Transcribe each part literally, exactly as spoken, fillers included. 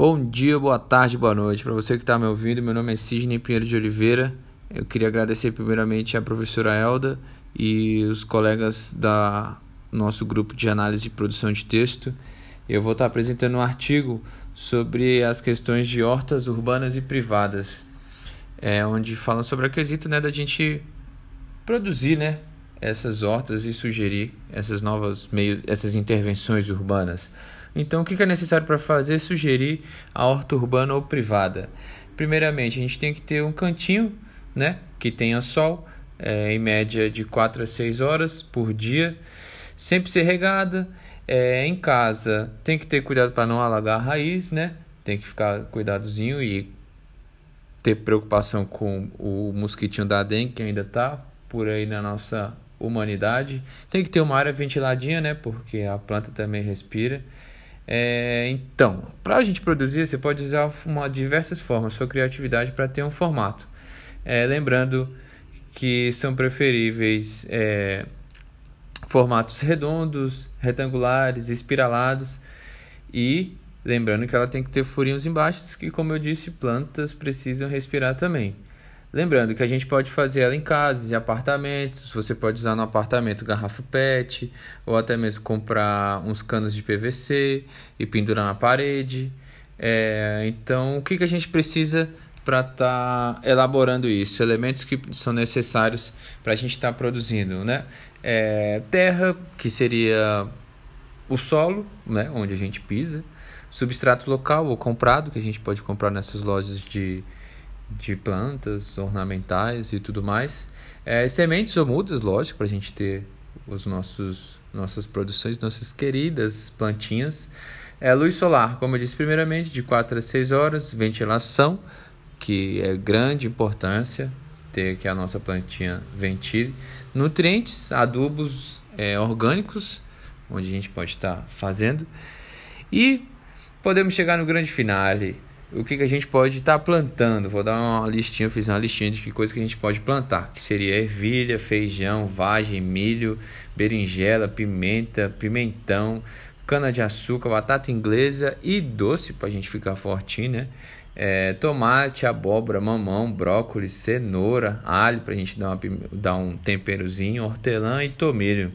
Bom dia, boa tarde, boa noite. Para você que está me ouvindo, meu nome é Sidney Pinheiro de Oliveira. Eu queria agradecer primeiramente a professora Elda e os colegas da nosso grupo de análise e produção de texto. Eu vou estar apresentando um artigo sobre as questões de hortas urbanas e privadas, é, onde fala sobre a quesito, né, da gente produzir, né, essas hortas e sugerir essas novas meio, essas intervenções urbanas. Então, o que é necessário para fazer? Sugerir a horta urbana ou privada. Primeiramente, a gente tem que ter um cantinho, né, que tenha sol, é, em média de quatro a seis horas por dia, sempre ser regada. É, em casa, tem que ter cuidado para não alagar a raiz, né? Tem que ficar cuidadozinho e ter preocupação com o mosquitinho da dengue, que ainda está por aí na nossa humanidade. Tem que ter uma área ventiladinha, né? Porque a planta também respira. É, então, para a gente produzir, você pode usar uma, diversas formas, sua criatividade para ter um formato. É, lembrando que são preferíveis é, formatos redondos, retangulares, espiralados, e lembrando que ela tem que ter furinhos embaixo, que, como eu disse, plantas precisam respirar também. Lembrando que a gente pode fazer ela em casas, em apartamentos. Você pode usar no apartamento garrafa P E T, ou até mesmo comprar uns canos de P V C e pendurar na parede. É, então, o que, que a gente precisa para estar tá elaborando isso? Elementos que são necessários para a gente estar tá produzindo, né? É, terra, que seria o solo, né, onde a gente pisa. Substrato local ou comprado, que a gente pode comprar nessas lojas de de plantas ornamentais e tudo mais, é, sementes ou mudas, lógico, para a gente ter os nossos nossas produções, nossas queridas plantinhas, é, luz solar, como eu disse primeiramente, de quatro a seis horas, ventilação, que é grande importância ter que a nossa plantinha ventile, nutrientes, adubos é, orgânicos, onde a gente pode estar tá fazendo, e podemos chegar no grande finale. O que, que a gente pode estar tá plantando? Vou dar uma listinha, eu fiz uma listinha de que coisa que a gente pode plantar, que seria ervilha, feijão, vagem, milho, berinjela, pimenta, pimentão, cana-de-açúcar, batata inglesa e doce, para a gente ficar fortinho, né? É, tomate, abóbora, mamão, brócolis, cenoura, alho, para a gente dar, uma, dar um temperozinho, hortelã e tomilho.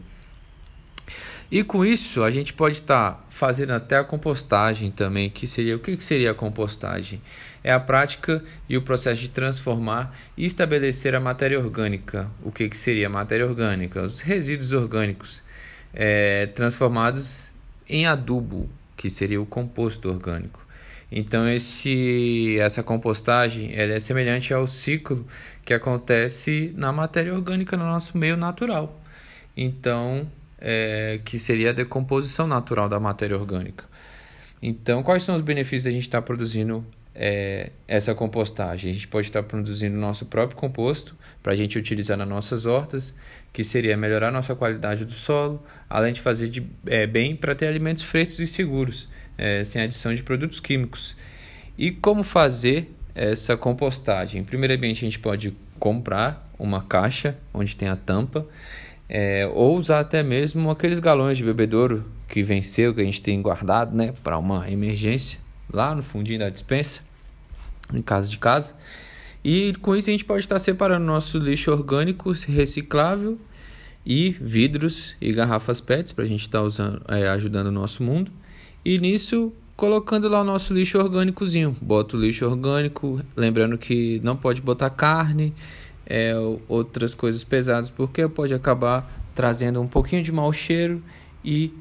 E com isso, a gente pode estar tá fazendo até a compostagem também, que seria, o que, que seria a compostagem? É a prática e o processo de transformar e estabelecer a matéria orgânica. O que, que seria a matéria orgânica? Os resíduos orgânicos é, transformados em adubo, que seria o composto orgânico. Então, esse, essa compostagem ela é semelhante ao ciclo que acontece na matéria orgânica no nosso meio natural. Então, É, que seria a decomposição natural da matéria orgânica. Então, quais são os benefícios da gente estar produzindo é, essa compostagem? A gente pode estar produzindo o nosso próprio composto para a gente utilizar nas nossas hortas, que seria melhorar a nossa qualidade do solo, além de fazer de, é, bem para ter alimentos frescos e seguros, é, sem adição de produtos químicos. E como fazer essa compostagem? Primeiramente, a gente pode comprar uma caixa onde tem a tampa, É, ou usar até mesmo aqueles galões de bebedouro que venceu, que a gente tem guardado, né, para uma emergência, lá no fundinho da despensa, em casa de casa. E com isso a gente pode estar separando nosso lixo orgânico reciclável e vidros e garrafas P E Ts para a gente estar usando, é, ajudando o nosso mundo. E nisso, colocando lá o nosso lixo orgânicozinho. Bota o lixo orgânico, lembrando que não pode botar carne, É, outras coisas pesadas, porque pode acabar trazendo um pouquinho de mau cheiro e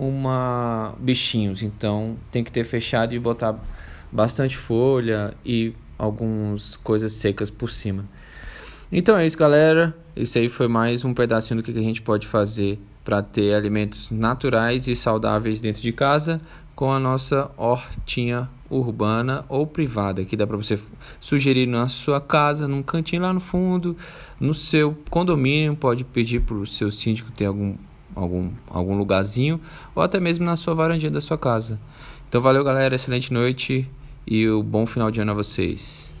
uma bichinhos. Então tem que ter fechado e botar bastante folha e algumas coisas secas por cima. Então é isso, galera. Esse aí foi mais um pedacinho do que a gente pode fazer para ter alimentos naturais e saudáveis dentro de casa com a nossa hortinha urbana ou privada, que dá para você sugerir na sua casa, num cantinho lá no fundo, no seu condomínio, pode pedir para o seu síndico ter algum, algum, algum lugarzinho, ou até mesmo na sua varandinha da sua casa. Então valeu, galera, excelente noite e um bom final de ano a vocês.